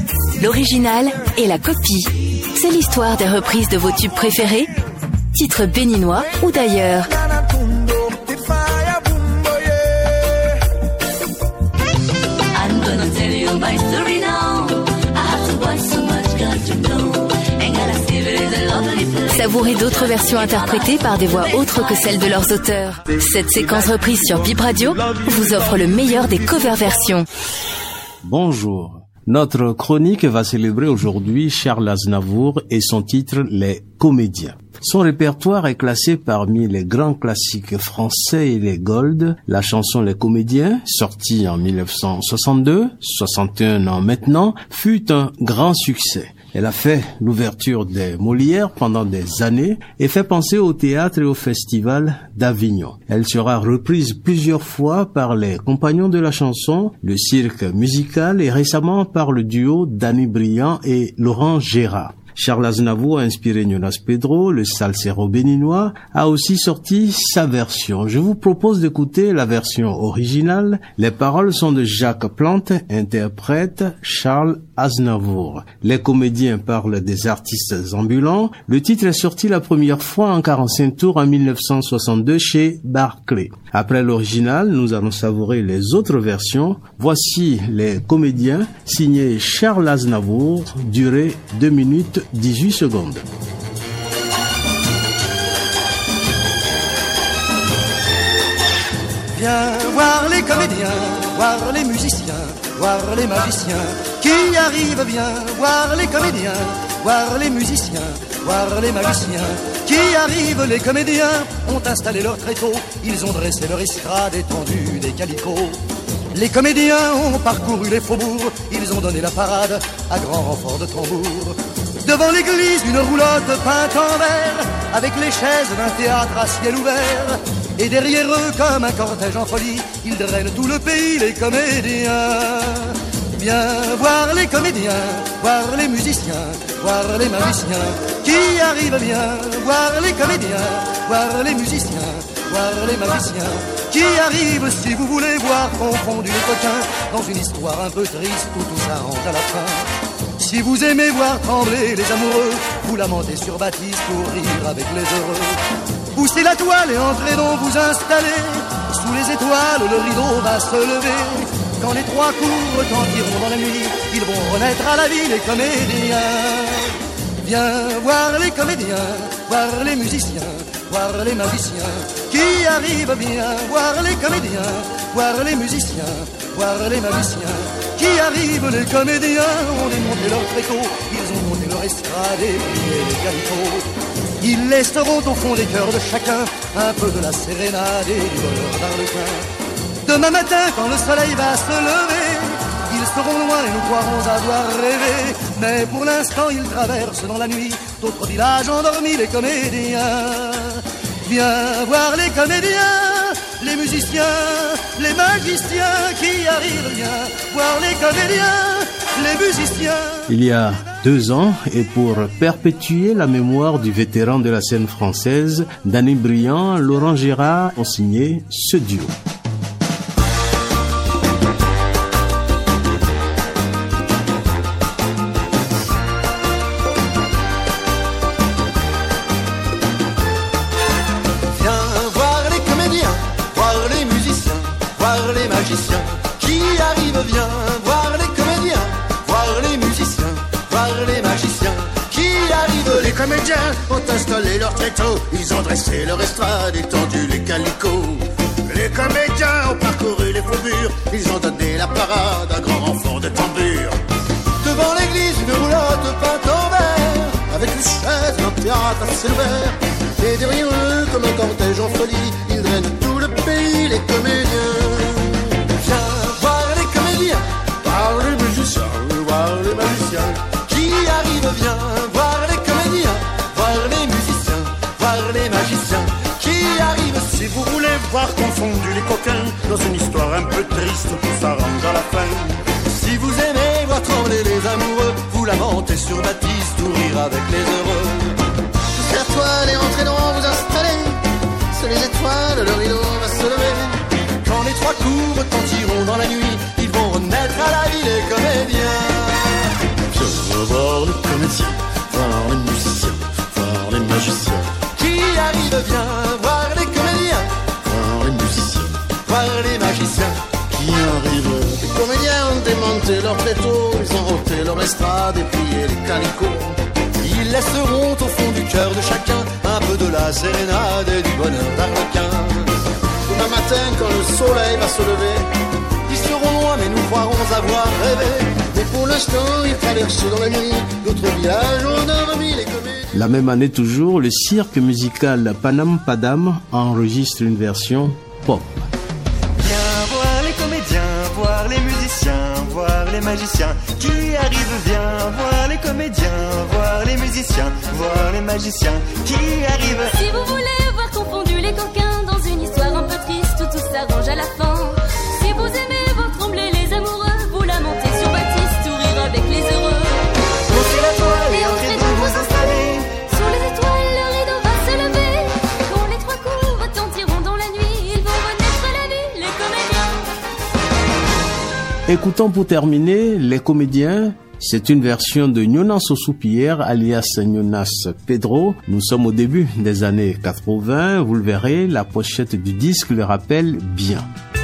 l'original et la copie. C'est l'histoire des reprises de vos tubes préférés, titres béninois ou d'ailleurs. Savourez d'autres versions interprétées par des voix autres que celles de leurs auteurs. Cette séquence reprise sur Bip Radio vous offre le meilleur des cover versions. Bonjour. Notre chronique va célébrer aujourd'hui Charles Aznavour et son titre Les Comédiens. Son répertoire est classé parmi les grands classiques français et les Gold. La chanson Les Comédiens, sortie en 1962, 61 ans maintenant, fut un grand succès. Elle a fait l'ouverture des Molières pendant des années et fait penser au théâtre et au festival d'Avignon. Elle sera reprise plusieurs fois par les compagnons de la chanson, le cirque musical et récemment par le duo Danny Briand et Laurent Gérard. Charles Aznavour a inspiré Jonas Pedro, le salsero béninois, a aussi sorti sa version. Je vous propose d'écouter la version originale. Les paroles sont de Jacques Plante, interprète Charles Aznavour. Les comédiens parlent des artistes ambulants. Le titre est sorti la première fois en 45 tours en 1962 chez Barclay. Après l'original, nous allons savourer les autres versions. Voici Les Comédiens, signé Charles Aznavour, durée 2 minutes 18 secondes. Viens voir les comédiens, voir les musiciens, voir les magiciens qui arrivent. Viens voir les comédiens, voir les musiciens, voir les magiciens qui arrivent. Les comédiens ont installé leur tréteau, ils ont dressé leur estrade étendue des calicots. Les comédiens ont parcouru les faubourgs, ils ont donné la parade à grand renfort de tambour. Devant l'église, une roulotte peinte en vert, avec les chaises d'un théâtre à ciel ouvert. Et derrière eux, comme un cortège en folie, ils drainent tout le pays, les comédiens. Viens voir les comédiens, voir les musiciens, voir les magiciens qui arrivent. Viens voir les comédiens, voir les musiciens, voir les magiciens qui arrivent. Si vous voulez voir confondus les coquins dans une histoire un peu triste où tout s'arrange à la fin. Si vous aimez voir trembler les amoureux, vous lamentez sur Baptiste pour rire avec les heureux. Poussez la toile et entrez donc vous installer. Sous les étoiles, le rideau va se lever. Quand les trois coups retentiront dans la nuit, ils vont renaître à la vie, les comédiens. Viens voir les comédiens, voir les musiciens, voir les magiciens qui arrivent. Viens voir les comédiens, voir les musiciens, voir les magiciens qui arrivent. Les comédiens ont démonté leur tréteau, ils ont monté leur estrade et plié les calicots. Ils laisseront au fond des cœurs de chacun un peu de la sérénade et du bonheur d'Arlequin. Demain matin, quand le soleil va se lever, ils seront loin et nous croirons avoir rêvé. Mais pour l'instant, ils traversent dans la nuit d'autres villages endormis, les comédiens. Viens voir les comédiens, les musiciens, les magiciens qui arrivent. Viens voir les comédiens, les musiciens. Il y a 2 ans, et pour perpétuer la mémoire du vétéran de la scène française, Danny Briand, Laurent Gérard ont signé ce duo. Qui arrivent, viens voir les comédiens, voir les musiciens, voir les magiciens qui arrivent. Les comédiens ont installé leur tréteau, ils ont dressé leur estrade, étendu les calicots. Les comédiens ont parcouru les faubourgs, ils ont donné la parade à grand renfort de tambour. Devant l'église, une roulotte peinte en vert, avec une chaise d'un théâtre à ciel ouvert. Et derrière eux, comme un cortège en folie, ils drainent tout le pays, les comédiens. Voir les musiciens, voir les magiciens qui arrivent. Viens voir les comédiens, voir les musiciens, voir les magiciens qui arrivent. Si vous voulez voir confondus les coquins dans une histoire un peu triste, tout s'arrange à la fin. Si vous aimez voir trembler les amoureux, vous lamentez sur Baptiste, ou rire avec les heureux. Poussez la toile et entrez donc vous installer. Sous les étoiles, le rideau va se lever. Quand les trois coups retentiront dans la nuit, ils vont renaître à la vie, les comédiens. monté leur tréteau, ils ont ôté leur estrade et plié les calicots. Ils laisseront au fond du cœur de chacun un peu de la sérénade et du bonheur d'Arlequin. Demain matin, quand le soleil va se lever, ils seront loin, mais nous croirons avoir rêvé. Mais pour l'instant, ils traversent dans la nuit d'autres villages, on a remis les comédies. La même année toujours, le cirque musical Panam Padam enregistre une version pop. Viens voir les comédiens, voir les musiciens, voir les magiciens qui arrivent. Viens voir les comédiens, voir les musiciens, voir les magiciens qui arrivent. Si vous voulez voir confondus les coquins dans une histoire un peu triste où tout s'arrange à la fin. Si vous aimez voir trembler les amoureux, vous la montez sur Baptiste ou rire avec les heureux. Montez la toile et entrez donc vous installer. Sous les étoiles, le rideau va se lever. Quand les trois coups retentiront dans la nuit, ils vont renaître à la vie, les comédiens. Écoutons pour terminer Les Comédiens. C'est une version de Nyonas Sosupier alias Nyonas Pedro. Nous sommes au début des années 80. Vous le verrez, la pochette du disque le rappelle bien.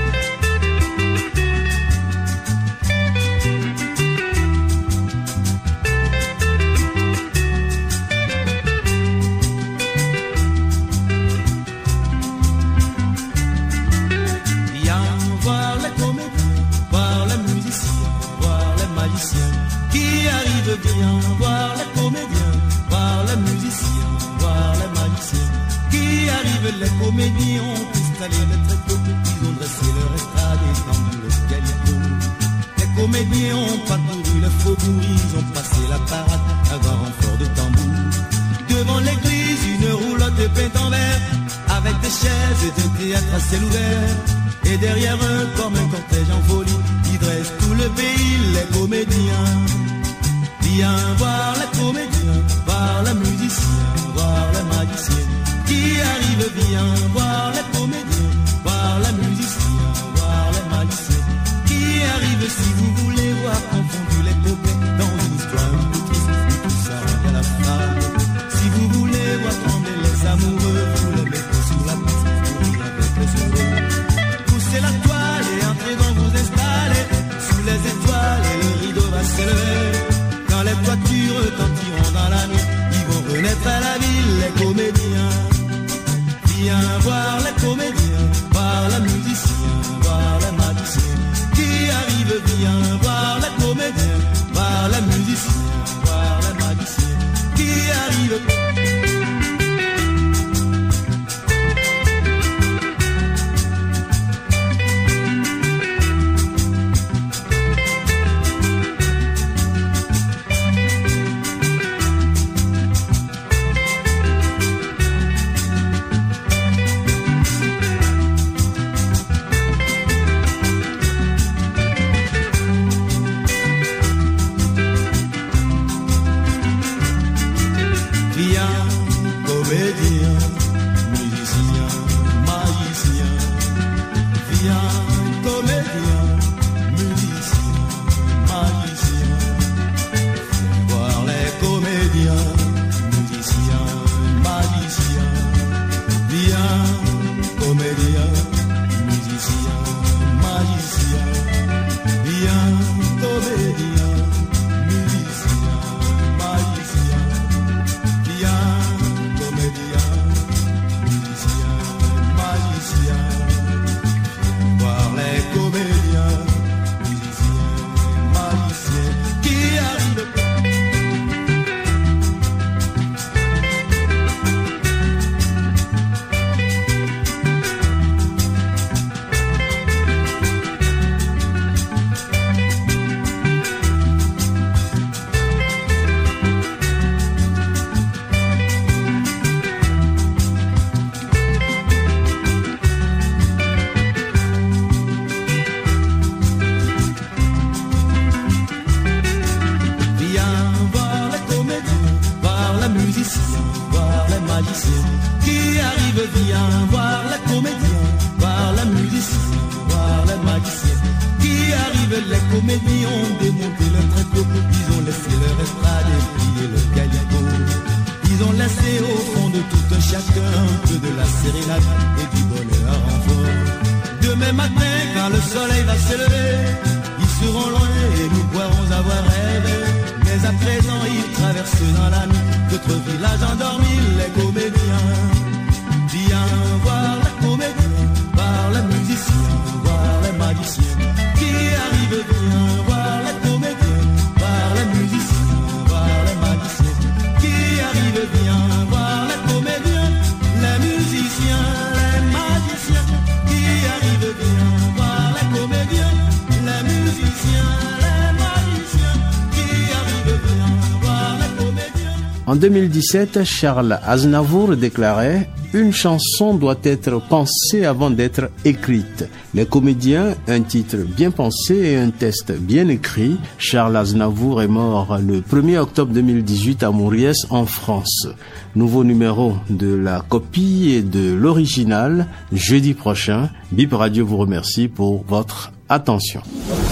Viens voir les comédiens, voir les musiciens, voir les magiciens qui arrivent. Les comédiens ont installé le tréteau, ils ont dressé leur estrade et tendu le calicot. Les comédiens ont parcouru le faubourg, ils ont passé la parade à grand renfort de tambour. Devant l'église, une roulotte peinte en vert, avec des chaises et des théâtres à ciel ouvert. Et derrière eux, comme un cortège en folie, ils dressent tout le pays, les comédiens. Viens voir les comédiens, voir les musiciens, voir les magiciens qui arrivent. Viens voir les comédiens, voir les musiciens, voir les magiciens qui arrivent. Si vous voulez voir confondu les copains dans une histoire un peu triste, tout ça à la femme. Si vous voulez voir trembler les amoureux, vous les mettez sur la piste, pour rire avec les heureux. Poussez la toile et entrez donc vous installer sous les étoiles et le rideau va se lever. Quand les toitures retentiront dans la nuit, ils vont renaître à la ville, les comédiens. Viens voir les comédiens, voir les musiciens, voir les magiciens qui arrivent. Viens voir les comédiens, voir les musiciens, voir les magiciens qui arrivent. Demain matin, quand le soleil va se lever, ils seront loin et nous En 2017, Charles Aznavour déclarait « Une chanson doit être pensée avant d'être écrite. Les comédiens, un titre bien pensé et un texte bien écrit. » Charles Aznavour est mort le 1er octobre 2018 à Mauriès, en France. Nouveau numéro de la copie et de l'original jeudi prochain. Bip Radio vous remercie pour votre attention.